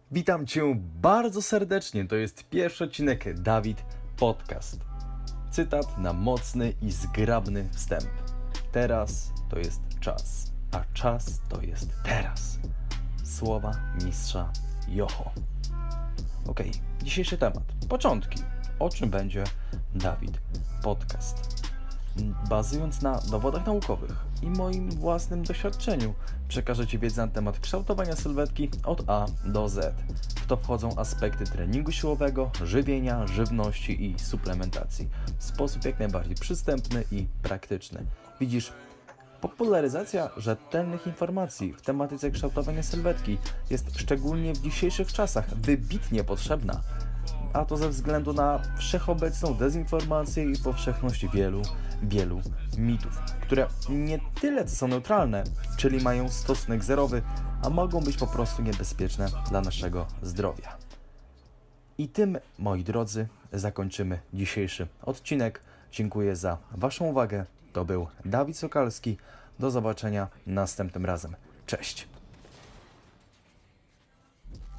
Witam Cię bardzo serdecznie. To jest pierwszy odcinek Dawid Podcast. Cytat na mocny i zgrabny wstęp. Teraz to jest czas, a czas to jest teraz. Słowa mistrza Jocho. Okej, dzisiejszy temat. Początki. O czym będzie Dawid Podcast? Bazując na dowodach naukowych i moim własnym doświadczeniu, przekażę Ci wiedzę na temat kształtowania sylwetki od A do Z. W to wchodzą aspekty treningu siłowego, żywienia, żywności i suplementacji w sposób jak najbardziej przystępny i praktyczny. Widzisz, popularyzacja rzetelnych informacji w tematyce kształtowania sylwetki jest szczególnie w dzisiejszych czasach wybitnie potrzebna. A to ze względu na wszechobecną dezinformację i powszechność wielu mitów, które nie tyle co są neutralne, czyli mają stosunek zerowy, a mogą być po prostu niebezpieczne dla naszego zdrowia. I tym, moi drodzy, zakończymy dzisiejszy odcinek. Dziękuję za Waszą uwagę. To był Dawid Sokalski. Do zobaczenia następnym razem. Cześć!